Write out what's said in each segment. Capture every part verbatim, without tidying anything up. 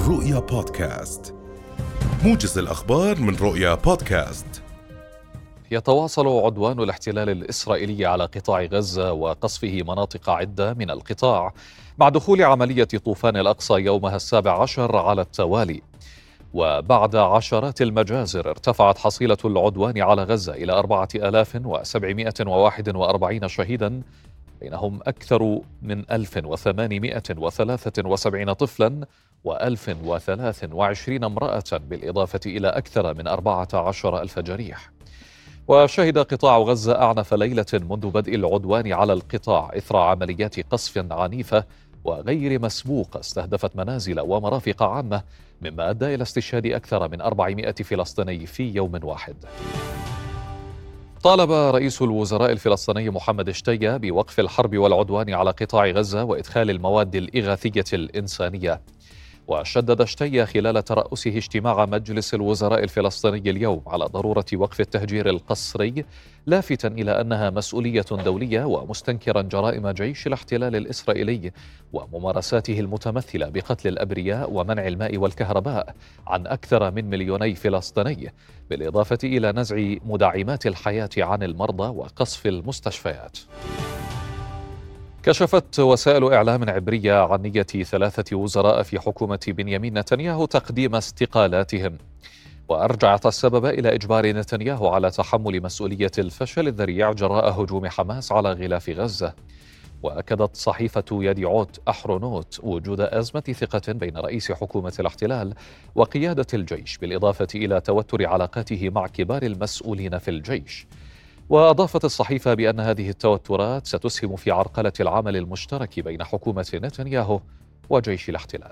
رؤيا بودكاست، موجز الأخبار من رؤيا بودكاست. يتواصل عدوان الاحتلال الإسرائيلي على قطاع غزة وقصفه مناطق عدة من القطاع مع دخول عملية طوفان الأقصى يومها السابع عشر على التوالي. وبعد عشرات المجازر ارتفعت حصيلة العدوان على غزة إلى أربعة آلاف وسبعمائة وواحد وأربعين شهيدا، بينهم أكثر من ألف وثمانمائة وثلاثة وسبعين طفلا وألف وثلاث وعشرين امرأة، بالإضافة إلى أكثر من أربعة عشر ألف جريح. وشهد قطاع غزة أعنف ليلة منذ بدء العدوان على القطاع إثر عمليات قصف عنيفة وغير مسبوقة استهدفت منازل ومرافق عامة، مما أدى إلى استشهاد أكثر من أربعمائة فلسطيني في يوم واحد. طالب رئيس الوزراء الفلسطيني محمد شتية بوقف الحرب والعدوان على قطاع غزة وإدخال المواد الإغاثية الإنسانية. وشدد شتية خلال ترأسه اجتماع مجلس الوزراء الفلسطيني اليوم على ضرورة وقف التهجير القسري، لافتا إلى أنها مسؤولية دولية، ومستنكرا جرائم جيش الاحتلال الإسرائيلي وممارساته المتمثلة بقتل الأبرياء ومنع الماء والكهرباء عن أكثر من مليوني فلسطيني، بالإضافة إلى نزع مدعمات الحياة عن المرضى وقصف المستشفيات. كشفت وسائل إعلام عبرية عن نية ثلاثة وزراء في حكومة بنيامين نتنياهو تقديم استقالاتهم، وأرجعت السبب إلى إجبار نتنياهو على تحمل مسؤولية الفشل الذريع جراء هجوم حماس على غلاف غزة. وأكدت صحيفة يديعوت أحرونوت وجود أزمة ثقة بين رئيس حكومة الاحتلال وقيادة الجيش، بالإضافة إلى توتر علاقاته مع كبار المسؤولين في الجيش. وأضافت الصحيفة بأن هذه التوترات ستسهم في عرقلة العمل المشترك بين حكومة نتنياهو وجيش الاحتلال.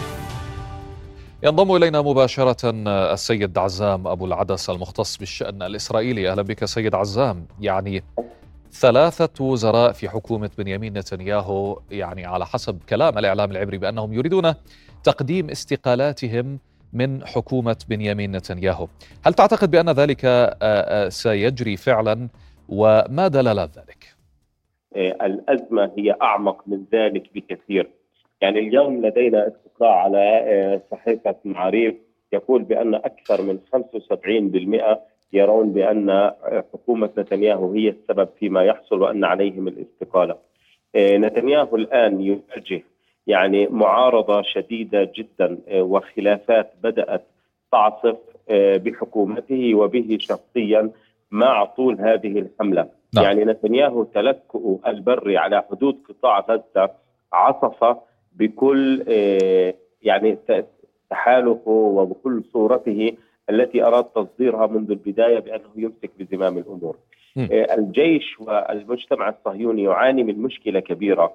ينضم إلينا مباشرة السيد عزام أبو العدس المختص بالشأن الإسرائيلي. أهلا بك سيد عزام. يعني ثلاثة وزراء في حكومة بنيامين نتنياهو، يعني على حسب كلام الإعلام العبري بأنهم يريدون تقديم استقالاتهم من حكومة بنيامين نتنياهو. هل تعتقد بأن ذلك سيجري فعلا، وما دلالات ذلك؟ الأزمة هي أعمق من ذلك بكثير. يعني اليوم لدينا استطلاع على صحيفة معاريف يقول بأن أكثر من خمسة وسبعين بالمئة يرون بأن حكومة نتنياهو هي السبب فيما يحصل وأن عليهم الاستقالة. نتنياهو الآن يواجه يعني معارضة شديدة جدا وخلافات بدأت تعصف بحكومته وبه شخصيا مع طول هذه الحملة. نعم. يعني نتنياهو تلكؤ البري على حدود قطاع غزة عصف بكل يعني تحالفه وبكل صورته التي أراد تصديرها منذ البداية بأنه يمسك بزمام الأمور. م. الجيش والمجتمع الصهيوني يعاني من مشكلة كبيرة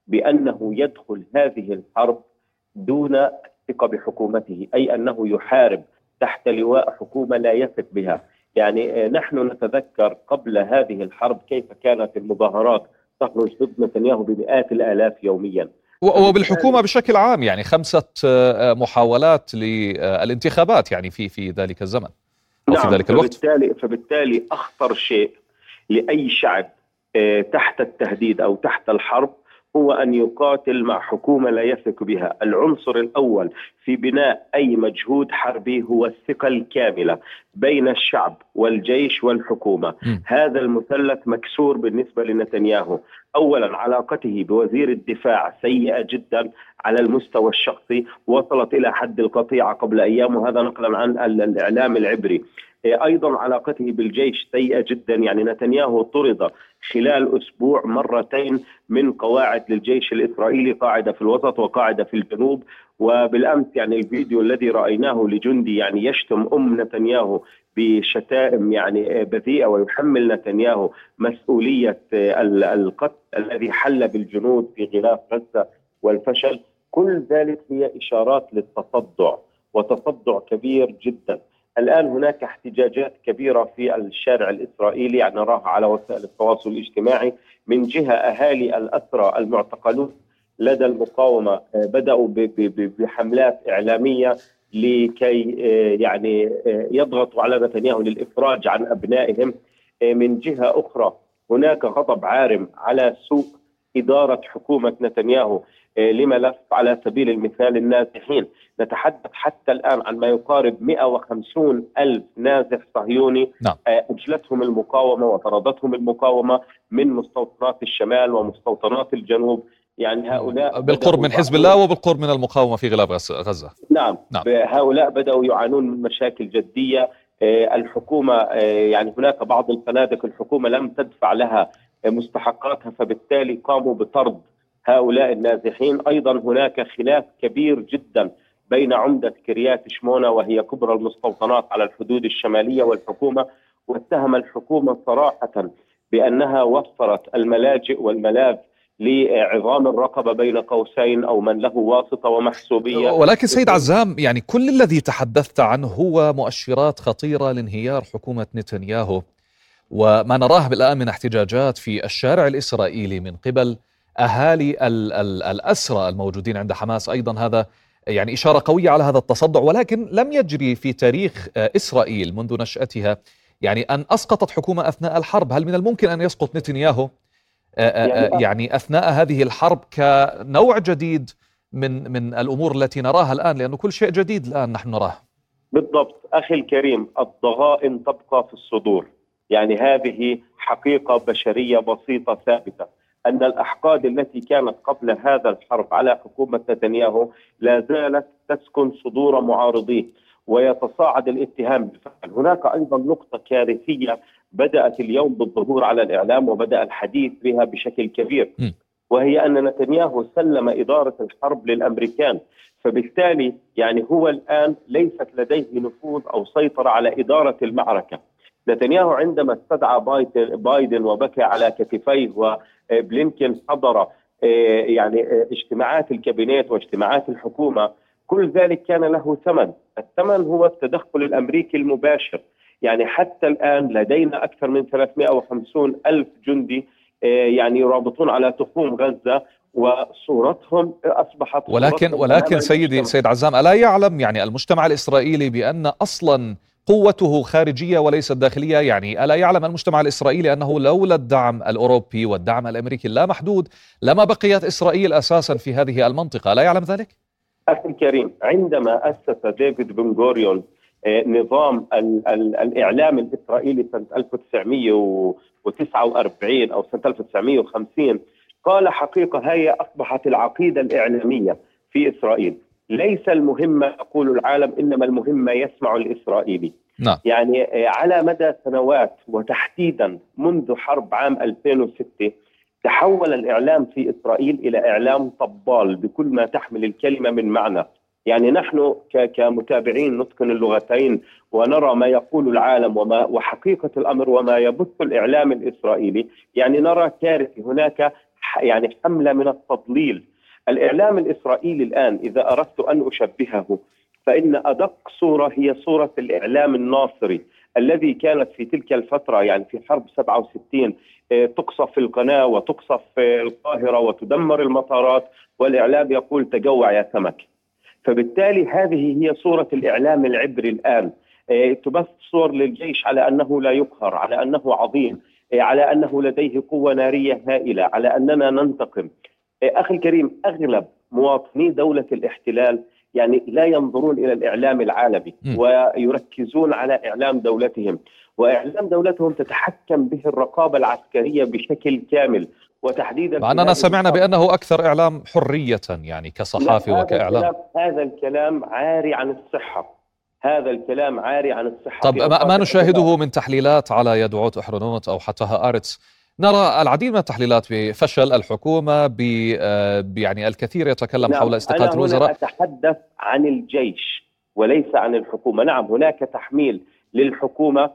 بأنه يدخل هذه الحرب دون الثقة بحكومته، أي أنه يحارب تحت لواء حكومة لا يثق بها. يعني نحن نتذكر قبل هذه الحرب كيف كانت المظاهرات تخرج ضد نتنياهو بمئات الآلاف يوميا، وبالحكومة بشكل عام يعني خمسة محاولات للانتخابات يعني في في ذلك الزمن أو نعم. في ذلك الوقت. فبالتالي فبالتالي أخطر شيء لأي شعب تحت التهديد أو تحت الحرب هو أن يقاتل مع حكومة لا يثق بها. العنصر الأول في بناء أي مجهود حربي هو الثقة الكاملة بين الشعب والجيش والحكومة. م. هذا المثلث مكسور بالنسبة لنتنياهو. أولا علاقته بوزير الدفاع سيئة جدا على المستوى الشخصي، وصلت إلى حد القطيعة قبل أيام، وهذا نقلا عن الإعلام العبري. أيضا علاقته بالجيش سيئة جدا. يعني نتنياهو طرد خلال أسبوع مرتين من قواعد للجيش الإسرائيلي، قاعدة في الوسط وقاعدة في الجنوب. وبالأمس يعني الفيديو الذي رأيناه لجندي يعني يشتم أم نتنياهو بشتائم يعني بذيئة ويحمل نتنياهو مسؤولية القتل الذي حل بالجنود في غلاف غزة والفشل. كل ذلك هي إشارات للتصدع، وتصدع كبير جدا. الآن هناك احتجاجات كبيرة في الشارع الإسرائيلي، يعني نراها على وسائل التواصل الاجتماعي. من جهة أهالي الأسرى المعتقلون لدى المقاومة بدأوا بحملات إعلامية لكي يعني يضغطوا على نتنياهو للإفراج عن أبنائهم. من جهة أخرى هناك غضب عارم على سوء إدارة حكومة نتنياهو لملف على سبيل المثال النازحين. نتحدث حتى الآن عن ما يقارب مئة وخمسين ألف نازح صهيوني نعم. أجلتهم المقاومة وطردتهم المقاومة من مستوطنات الشمال ومستوطنات الجنوب. يعني هؤلاء بالقرب من حزب الله وبالقرب من المقاومة في غلاف غزة. نعم. نعم. هؤلاء بدأوا يعانون من مشاكل جدية. الحكومة يعني هناك بعض الفنادق الحكومة لم تدفع لها مستحقاتها، فبالتالي قاموا بطرد هؤلاء النازحين. أيضا هناك خلاف كبير جدا بين عمدة كريات شمونة وهي كبرى المستوطنات على الحدود الشمالية والحكومة، واتهم الحكومة صراحة بأنها وفرت الملاجئ والملاذ لعظام الرقبة بين قوسين أو من له واسطة ومحسوبية. ولكن سيد عزام، يعني كل الذي تحدثت عنه هو مؤشرات خطيرة لانهيار حكومة نتنياهو، وما نراه الآن من احتجاجات في الشارع الإسرائيلي من قبل أهالي ال ال الأسرى الموجودين عند حماس، أيضا هذا يعني إشارة قوية على هذا التصدع. ولكن لم يجري في تاريخ إسرائيل منذ نشأتها يعني أن أسقطت حكومة أثناء الحرب. هل من الممكن أن يسقط نتنياهو يعني أثناء هذه الحرب كنوع جديد من من الأمور التي نراها الآن؟ لأنه كل شيء جديد الآن نحن نراه. بالضبط أخي الكريم، الضغائن تبقى في الصدور. يعني هذه حقيقة بشرية بسيطة ثابتة، أن الأحقاد التي كانت قبل هذا الحرب على حكومة نتنياهو لا زالت تسكن صدور معارضيه ويتصاعد الاتهام بالفعل. هناك أيضا نقطة كارثية بدأت اليوم بالظهور على الإعلام وبدأ الحديث بها بشكل كبير، وهي أن نتنياهو سلم إدارة الحرب للأمريكان، فبالتالي يعني هو الآن ليست لديه نفوذ أو سيطرة على إدارة المعركة. نتنياهو عندما استدعى بايدن وبكى على كتفيه وبلينكين حضر يعني اجتماعات الكابينت واجتماعات الحكومة، كل ذلك كان له ثمن. الثمن هو التدخل الأمريكي المباشر. يعني حتى الآن لدينا أكثر من ثلاثمئة وخمسين ألف جندي يعني يرابطون على تخوم غزة، وصورتهم أصبحت ولكن ولكن سيدي سيد عزام، ألا يعلم يعني المجتمع الإسرائيلي بأن أصلا قوته خارجية وليست داخلية؟ يعني ألا يعلم المجتمع الإسرائيلي أنه لولا الدعم الأوروبي والدعم الأمريكي اللامحدود لما بقيت إسرائيل أساسا في هذه المنطقة؟ لا يعلم ذلك؟ أخي الكريم، عندما أسس ديفيد بن غوريون نظام ال ال الإعلام الإسرائيلي سنة ألف وتسعمئة وتسعة وأربعين أو سنة ألف وتسعمئة وخمسين، قال حقيقة هي أصبحت العقيدة الإعلامية في إسرائيل: ليس المهم ما يقول العالم، إنما المهم ما يسمع الإسرائيلي. نعم. يعني على مدى سنوات وتحديدا منذ حرب عام ألفين وستة تحول الإعلام في إسرائيل إلى إعلام طبال بكل ما تحمل الكلمة من معنى. يعني نحن كمتابعين نتقن اللغتين ونرى ما يقول العالم وما وحقيقة الأمر وما يبث الإعلام الإسرائيلي، يعني نرى كارثة. هناك يعني حملة من التضليل. الإعلام الإسرائيلي الآن إذا أردت أن أشبهه فإن أدق صورة هي صورة الإعلام الناصري الذي كانت في تلك الفترة، يعني في حرب سبعة وستين تقصف القناة وتقصف القاهرة وتدمر المطارات، والإعلام يقول تجوع يا سمك. فبالتالي هذه هي صورة الإعلام العبري الآن. تبث صور للجيش على أنه لا يقهر، على أنه عظيم، على أنه لديه قوة نارية هائلة، على أننا ننتقم. أخي الكريم، أغلب مواطني دولة الاحتلال يعني لا ينظرون إلى الإعلام العالمي ويركزون على إعلام دولتهم، وإعلام دولتهم تتحكم به الرقابة العسكرية بشكل كامل، وتحديدا مع أننا سمعنا بأنه أكثر إعلام حرية يعني كصحافي وكإعلام. هذا الكلام, هذا الكلام عاري عن الصحة. هذا الكلام عاري عن الصحة. طب ما, ما نشاهده من تحليلات على يدعوت أحرنوت أو حتى هآرتس، نرى العديد من التحليلات بفشل الحكومة، ب يعني الكثير يتكلم نعم. حول استقالة الوزراء. أنا أتحدث عن الجيش وليس عن الحكومة. نعم هناك تحميل للحكومة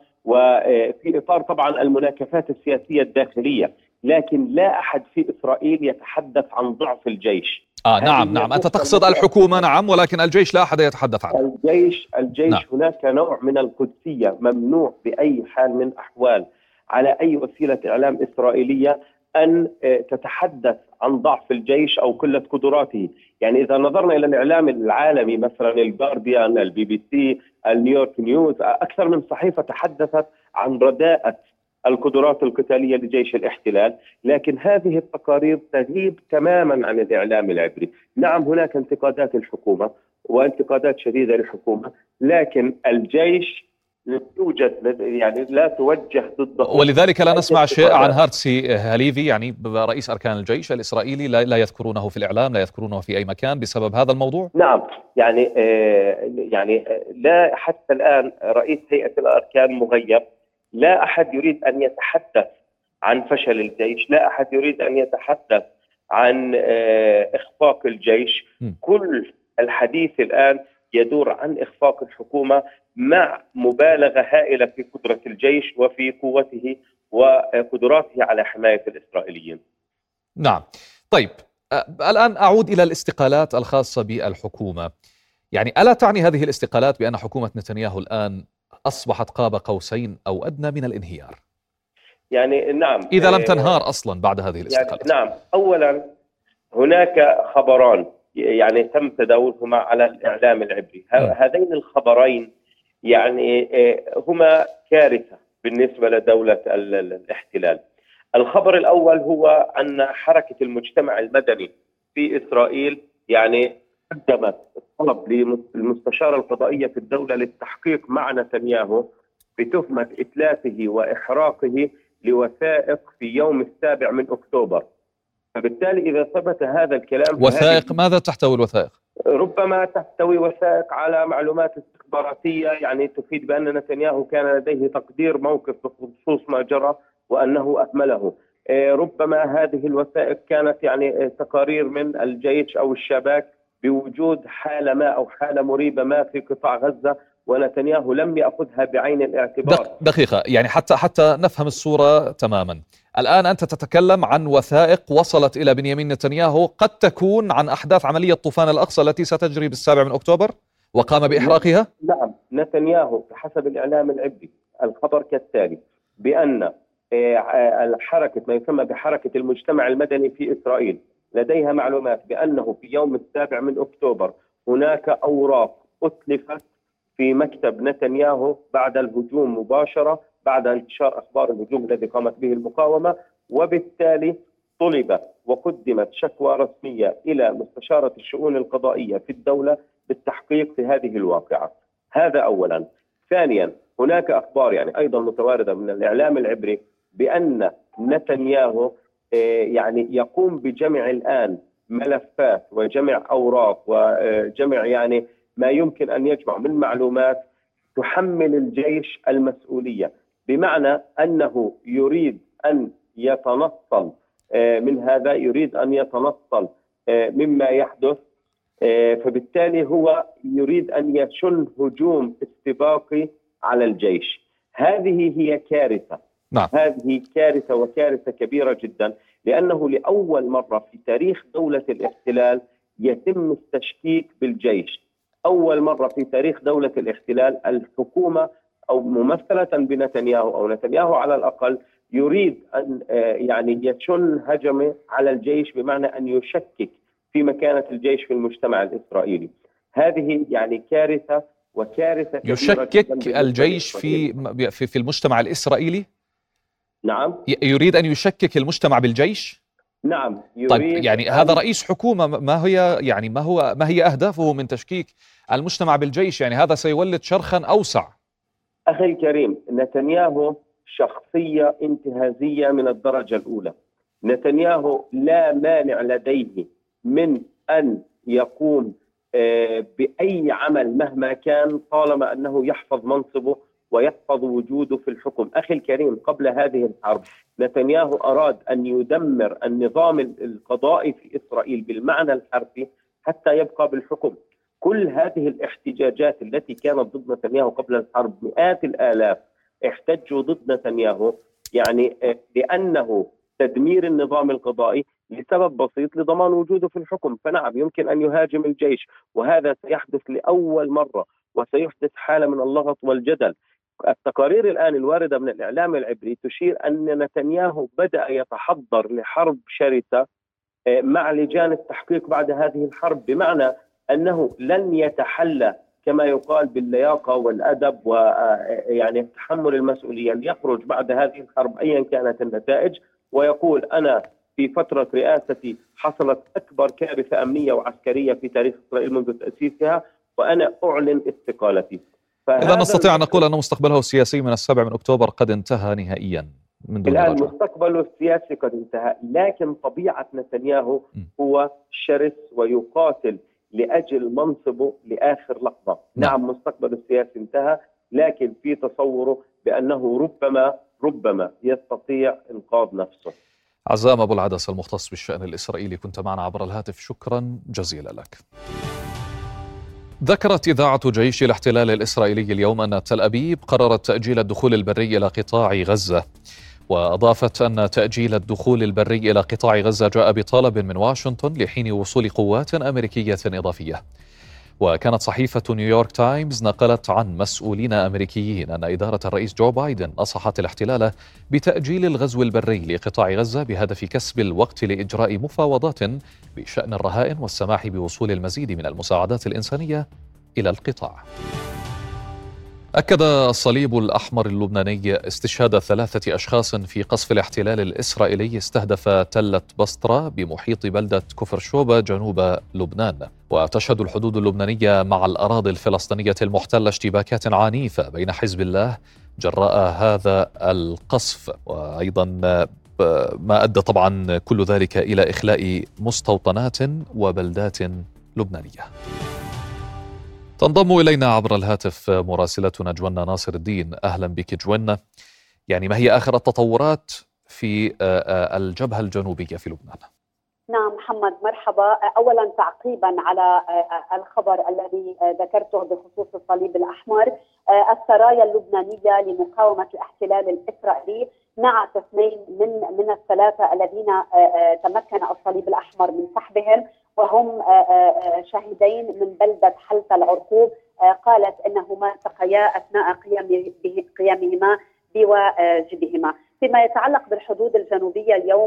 وفي إطار طبعا المناكفات السياسية الداخلية، لكن لا أحد في إسرائيل يتحدث عن ضعف الجيش. آه نعم نعم أنت تقصد الحكومة، نعم، ولكن الجيش لا أحد يتحدث عنه. الجيش الجيش نعم. هناك نوع من القدسية، ممنوع بأي حال من الأحوال على أي وسيلة إعلام إسرائيلية أن تتحدث عن ضعف الجيش أو قلة قدراته. يعني إذا نظرنا إلى الإعلام العالمي مثلا الجارديان، البي بي سي، النيويورك نيوز، أكثر من صحيفة تحدثت عن رداءة القدرات القتالية لجيش الاحتلال، لكن هذه التقارير تغيب تماما عن الإعلام العبري. نعم هناك انتقادات للحكومة وانتقادات شديدة للحكومة، لكن الجيش لا توجد يعني لا توجه ضده. ولذلك لا نسمع شيء عن هارتسي هاليفي يعني رئيس أركان الجيش الإسرائيلي، لا, لا يذكرونه في الإعلام، لا يذكرونه في أي مكان بسبب هذا الموضوع. نعم يعني آه يعني لا حتى الآن رئيس هيئة الأركان مغيب، لا أحد يريد أن يتحدث عن فشل الجيش، لا أحد يريد أن يتحدث عن آه إخفاق الجيش. م. كل الحديث الآن يدور عن إخفاق الحكومة مع مبالغة هائلة في قدرة الجيش وفي قوته وقدراته على حماية الإسرائيليين. نعم طيب الآن أعود إلى الاستقالات الخاصة بالحكومة. يعني ألا تعني هذه الاستقالات بأن حكومة نتنياهو الآن أصبحت قاب قوسين أو أدنى من الانهيار؟ يعني نعم إذا لم تنهار أصلا بعد هذه الاستقالات. يعني نعم أولا هناك خبران يعني تم تداولهما على الإعلام العبري. هذين الخبرين يعني هما كارثة بالنسبة لدولة الاحتلال. الخبر الأول هو أن حركة المجتمع المدني في إسرائيل يعني قدمت طلب للمستشارة القضائية في الدولة للتحقيق مع نتنياهو بتهمة إتلافه وإحراقه لوثائق في يوم السابع من أكتوبر. فبالتالي إذا ثبت هذا الكلام، وثائق ماذا تحتوي الوثائق؟ ربما تحتوي وثائق على معلومات استخباراتية يعني تفيد بأن نتنياهو كان لديه تقدير موقف بخصوص ما جرى وأنه أهمله. ربما هذه الوثائق كانت يعني تقارير من الجيش أو الشباك بوجود حالة ما أو حالة مريبة ما في قطاع غزة، ونتنياهو لم يأخذها بعين الاعتبار. دقيقة يعني حتى حتى نفهم الصورة تماما. الآن أنت تتكلم عن وثائق وصلت إلى بنيامين نتنياهو قد تكون عن أحداث عملية طوفان الأقصى التي ستجري بالسابع من أكتوبر وقام بإحراقها؟ نعم نتنياهو بحسب الإعلام العبري الخبر كالتالي: بأن الحركة ما يسمى بحركة المجتمع المدني في إسرائيل لديها معلومات بأنه في يوم السابع من أكتوبر هناك أوراق أتلفت في مكتب نتنياهو بعد الهجوم مباشرة، بعد انتشار أخبار الهجوم الذي قامت به المقاومة، وبالتالي طلب وقدمت شكوى رسمية إلى مستشارة الشؤون القضائية في الدولة بالتحقيق في هذه الواقعة. هذا أولا. ثانيا هناك أخبار يعني أيضا متواردة من الإعلام العبري بأن نتنياهو يعني يقوم بجمع الآن ملفات وجمع أوراق وجمع يعني ما يمكن أن يجمع من معلومات تحمل الجيش المسؤولية، بمعنى أنه يريد أن يتنصل من هذا، يريد أن يتنصل مما يحدث. فبالتالي هو يريد أن يشن هجوم استباقي على الجيش. هذه هي كارثة. نعم. هذه كارثة وكارثة كبيرة جدا، لأنه لأول مرة في تاريخ دولة الاحتلال يتم التشكيك بالجيش. أول مرة في تاريخ دولة الاحتلال الحكومة أو ممثلة بنتنياهو أو نتنياهو على الأقل يريد أن يعني يشن هجمة على الجيش، بمعنى أن يشكك في مكانة الجيش في المجتمع الإسرائيلي. هذه يعني كارثة وكارثة كبيرة. يشكك الجيش في في في المجتمع الإسرائيلي؟ نعم. يريد أن يشكك المجتمع بالجيش؟ نعم. يريد. طيب يعني هذا رئيس حكومة، ما هي يعني ما هو ما هي أهدافه من تشكيك المجتمع بالجيش؟ يعني هذا سيولد شرخا أوسع. أخي الكريم، نتنياهو شخصية انتهازية من الدرجة الأولى. نتنياهو لا مانع لديه من أن يقوم بأي عمل مهما كان طالما أنه يحفظ منصبه ويحفظ وجوده في الحكم. أخي الكريم، قبل هذه الحرب نتنياهو أراد أن يدمر النظام القضائي في إسرائيل بالمعنى الحرفي حتى يبقى بالحكم. كل هذه الاحتجاجات التي كانت ضد نتنياهو قبل الحرب، مئات الآلاف احتجوا ضد نتنياهو يعني لأنه تدمير النظام القضائي لسبب بسيط، لضمان وجوده في الحكم. فنعم يمكن أن يهاجم الجيش، وهذا سيحدث لأول مرة وسيحدث حالة من اللغط والجدل. التقارير الآن الواردة من الإعلام العبري تشير أن نتنياهو بدأ يتحضر لحرب شرسة مع لجان التحقيق بعد هذه الحرب، بمعنى أنه لن يتحلى كما يقال باللياقة والأدب ويعني تحمل المسؤولية، ليخرج بعد هذه الحرب أيا كانت النتائج ويقول أنا في فترة رئاستي حصلت أكبر كارثة أمنية وعسكرية في تاريخ إسرائيل منذ تأسيسها وأنا أعلن استقالتي. إذا نستطيع أن نقول أن مستقبله السياسي من السابع من أكتوبر قد انتهى نهائيا من دون الآن رجعة. مستقبله السياسي قد انتهى، لكن طبيعة نتنياهو هو شرس ويقاتل لأجل منصبه لآخر لحظة. نعم, نعم مستقبله السياسي انتهى، لكن في تصوره بأنه ربما ربما يستطيع إنقاذ نفسه. عزام أبو العدس المختص بالشأن الإسرائيلي كنت معنا عبر الهاتف، شكرا جزيلا لك. ذكرت إذاعة جيش الاحتلال الإسرائيلي اليوم أن تل أبيب قررت تأجيل الدخول البري إلى قطاع غزة، وأضافت أن تأجيل الدخول البري إلى قطاع غزة جاء بطلب من واشنطن لحين وصول قوات أمريكية إضافية. وكانت صحيفة نيويورك تايمز نقلت عن مسؤولين أمريكيين أن إدارة الرئيس جو بايدن نصحت الاحتلال بتأجيل الغزو البري لقطاع غزة بهدف كسب الوقت لإجراء مفاوضات بشأن الرهائن والسماح بوصول المزيد من المساعدات الإنسانية إلى القطاع. أكد الصليب الأحمر اللبناني استشهاد ثلاثة أشخاص في قصف الاحتلال الإسرائيلي استهدف تلة بسطرة بمحيط بلدة كفر شوبة جنوب لبنان. وتشهد الحدود اللبنانية مع الأراضي الفلسطينية المحتلة اشتباكات عنيفة بين حزب الله جراء هذا القصف، وأيضا ما أدى طبعا كل ذلك إلى إخلاء مستوطنات وبلدات لبنانية. تنضم إلينا عبر الهاتف مراسلتنا جوانا ناصر الدين. أهلا بك جوانا. يعني ما هي آخر التطورات في الجبهة الجنوبية في لبنان؟ نعم محمد، مرحبا. أولا تعقيبا على الخبر الذي ذكرته بخصوص الصليب الأحمر، السرايا اللبنانية لمقاومة الاحتلال الإسرائيلي نعت اثنين من من الثلاثة الذين تمكن الصليب الأحمر من سحبهم، وهم شهيدين من بلدة حلة العرقوب. قالت انهما التقيا اثناء قيامهما بواجبهما. فيما يتعلق بالحدود الجنوبية اليوم،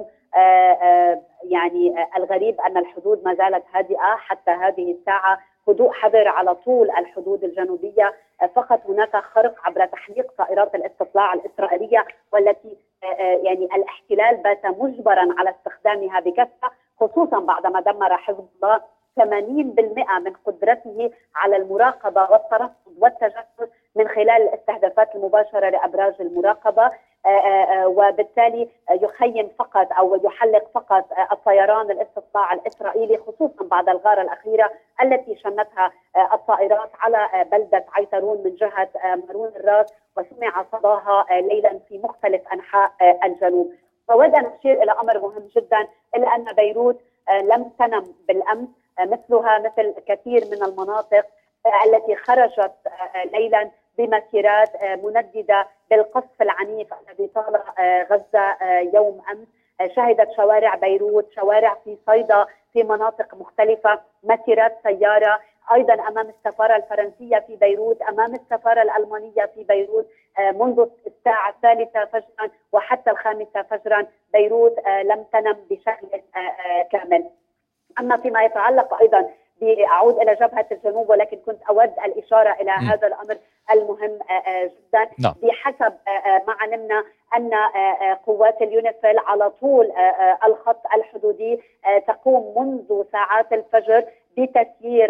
يعني الغريب ان الحدود ما زالت هادئة حتى هذه الساعة، هدوء حذر على طول الحدود الجنوبية، فقط هناك خرق عبر تحليق طائرات الاستطلاع الإسرائيلية، والتي يعني الاحتلال بات مجبرا على استخدامها بكثرة، خصوصا بعدما دمر حزب الله ثمانين بالمئة من قدرته على المراقبة والترصد والتجسس من خلال الاستهدافات المباشرة لأبراج المراقبة، وبالتالي يخيم فقط أو يحلق فقط الطيران الاستطلاع الإسرائيلي، خصوصا بعد الغارة الأخيرة التي شنتها الطائرات على بلدة عيترون من جهة مارون الراس، وسمع صداها ليلا في مختلف أنحاء الجنوب. وأود أن أشير إلى أمر مهم جدا، إلا أن بيروت لم تنم بالأمس مثلها مثل كثير من المناطق التي خرجت ليلا بمسيرات منددة بالقصف العنيف الذي طال غزة يوم أمس. شهدت شوارع بيروت، شوارع في صيدا في مناطق مختلفة، مسيرات سيارة أيضا أمام السفارة الفرنسية في بيروت، أمام السفارة الألمانية في بيروت منذ الساعة الثالثة فجرا وحتى الخامسة فجرا. بيروت لم تنم بشكل كامل. أما فيما يتعلق أيضا بأعود إلى جبهة الجنوب، ولكن كنت أود الإشارة إلى م. هذا الأمر المهم جدا. لا. بحسب ما علمنا أن قوات اليونيفيل على طول الخط الحدودي تقوم منذ ساعات الفجر بتسيير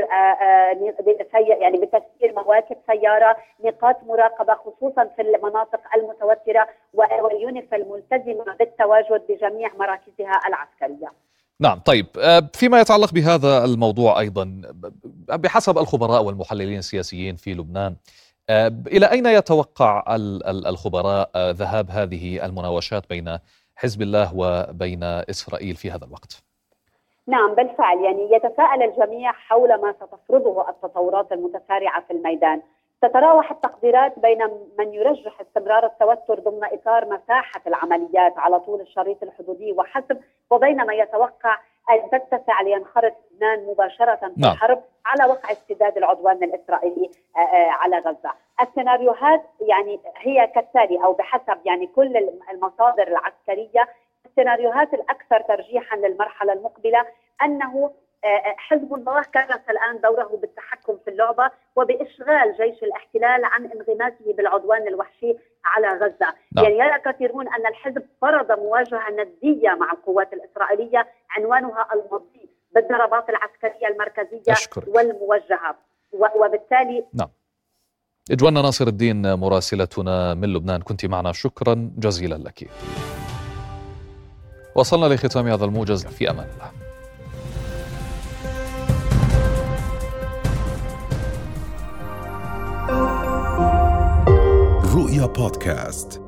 يعني بتسيير مواكب سيارة، نقاط مراقبة خصوصا في المناطق المتوترة، واليونيفيل ملتزمة بالتواجد بجميع مراكزها العسكرية. نعم. طيب، فيما يتعلق بهذا الموضوع أيضا، بحسب الخبراء والمحللين السياسيين في لبنان، إلى أين يتوقع الخبراء ذهاب هذه المناوشات بين حزب الله وبين إسرائيل في هذا الوقت؟ نعم بالفعل، يعني يتساءل الجميع حول ما ستفرضه التطورات المتسارعة في الميدان. تتراوح التقديرات بين من يرجح استمرار التوتر ضمن إطار مساحة العمليات على طول الشريط الحدودي وحسب، وبين ما يتوقع أن تتسع لينخرط لبنان مباشرة في نعم. الحرب على وقع استداد العدوان الإسرائيلي على غزة. السيناريوهات يعني هي كالتالي، أو بحسب يعني كل المصادر العسكرية، السيناريوهات الأكثر ترجيحا للمرحلة المقبلة أنه حزب الله كرس الآن دوره بالتحكم في اللعبة وبإشغال جيش الاحتلال عن انغماسه بالعدوان الوحشي على غزة. نعم. يعني يرى كثيرون أن الحزب فرض مواجهة ندية مع القوات الإسرائيلية عنوانها المضي بالضربات العسكرية المركزية أشكرك. والموجهة، وبالتالي نعم. إجوانا ناصر الدين مراسلتنا من لبنان، كنت معنا، شكرا جزيلا لك. وصلنا لختام هذا الموجز، في أمان الله. رؤيا بودكاست.